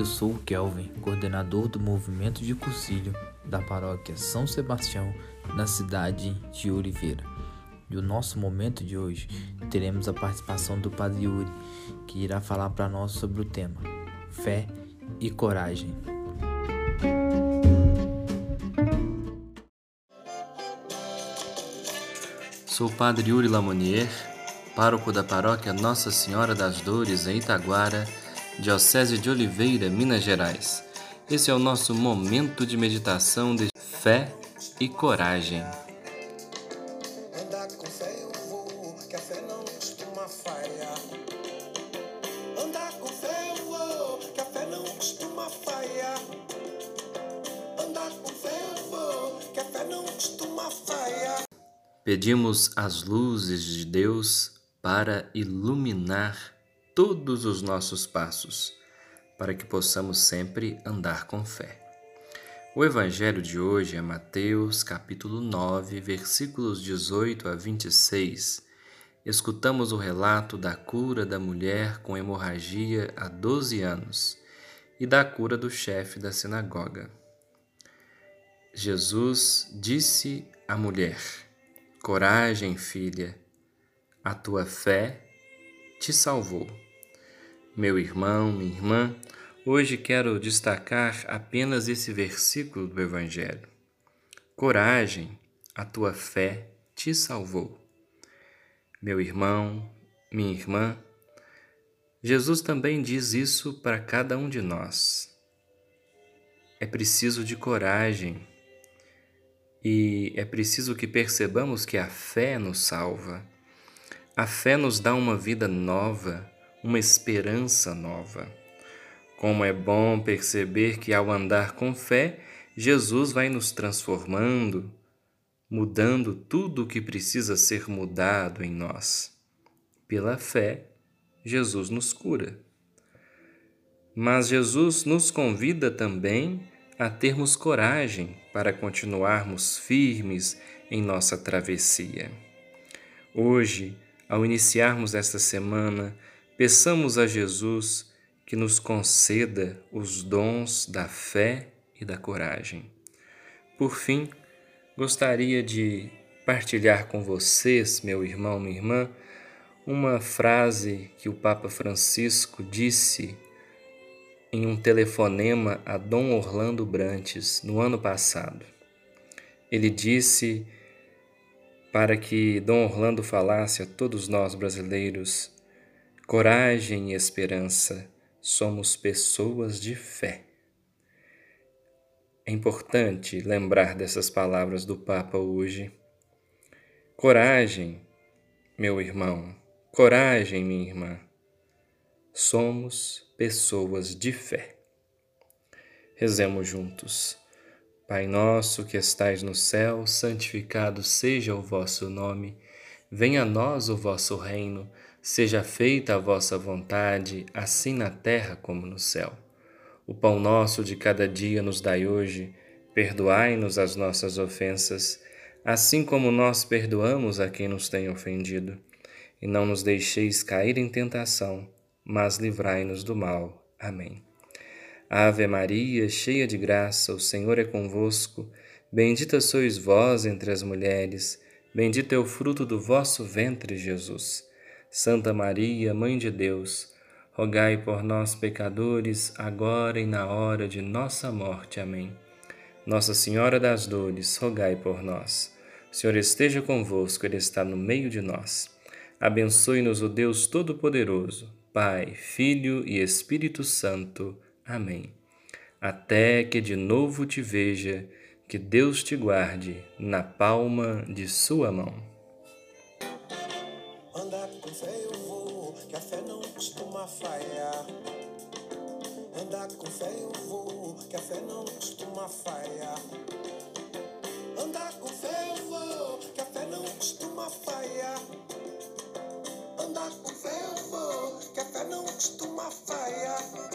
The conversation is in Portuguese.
Eu sou o Kelvin, coordenador do movimento de cursilho da paróquia São Sebastião, na cidade de Oliveira. E o nosso momento de hoje teremos a participação do Padre Yuri, que irá falar para nós sobre o tema Fé e Coragem. Sou o Padre Yuri Lamonier, pároco da paróquia Nossa Senhora das Dores, em Itaguara, Diocese de Oliveira, Minas Gerais. Esse é o nosso momento de meditação de fé e coragem. Andar com fé eu vou, que a fé não costuma falhar. Andar com fé eu vou, que a fé não costuma falhar. Andar com fé eu vou, que a fé não costuma falhar. Pedimos as luzes de Deus para iluminar todos os nossos passos, para que possamos sempre andar com fé. O evangelho de hoje é Mateus, capítulo 9, versículos 18 a 26. Escutamos o relato da cura da mulher com hemorragia há 12 anos e da cura do chefe da sinagoga. Jesus disse à mulher: "Coragem, filha, a tua fé te salvou." Meu irmão, minha irmã, hoje quero destacar apenas esse versículo do Evangelho. Coragem, a tua fé te salvou. Meu irmão, minha irmã, Jesus também diz isso para cada um de nós. É preciso de coragem e é preciso que percebamos que a fé nos salva. A fé nos dá uma vida nova, uma esperança nova. Como é bom perceber que ao andar com fé, Jesus vai nos transformando, mudando tudo o que precisa ser mudado em nós. Pela fé, Jesus nos cura. Mas Jesus nos convida também a termos coragem para continuarmos firmes em nossa travessia. Hoje, ao iniciarmos esta semana, peçamos a Jesus que nos conceda os dons da fé e da coragem. Por fim, gostaria de partilhar com vocês, meu irmão, minha irmã, uma frase que o Papa Francisco disse em um telefonema a Dom Orlando Brantes no ano passado. Ele disse para que Dom Orlando falasse a todos nós brasileiros: coragem e esperança, somos pessoas de fé. É importante lembrar dessas palavras do Papa hoje. Coragem, meu irmão, coragem, minha irmã, somos pessoas de fé. Rezemos juntos. Pai nosso que estais no céu, santificado seja o vosso nome. Venha a nós o vosso reino. Seja feita a vossa vontade, assim na terra como no céu. O pão nosso de cada dia nos dai hoje. Perdoai-nos as nossas ofensas, assim como nós perdoamos a quem nos tem ofendido. E não nos deixeis cair em tentação, mas livrai-nos do mal. Amém. Ave Maria, cheia de graça, o Senhor é convosco. Bendita sois vós entre as mulheres, bendito é o fruto do vosso ventre, Jesus. Santa Maria, Mãe de Deus, rogai por nós, pecadores, agora e na hora de nossa morte. Amém. Nossa Senhora das Dores, rogai por nós. O Senhor esteja convosco, Ele está no meio de nós. Abençoe-nos o Deus Todo-Poderoso, Pai, Filho e Espírito Santo. Amém. Até que de novo te veja, que Deus te guarde na palma de sua mão. Andar com fé eu vou, que a fé não costuma falhar. Andar com fé eu vou, que a fé não costuma falhar. Andar com fé eu vou, que a fé não costuma falhar. Andar com fé eu vou, que a fé não costuma falhar.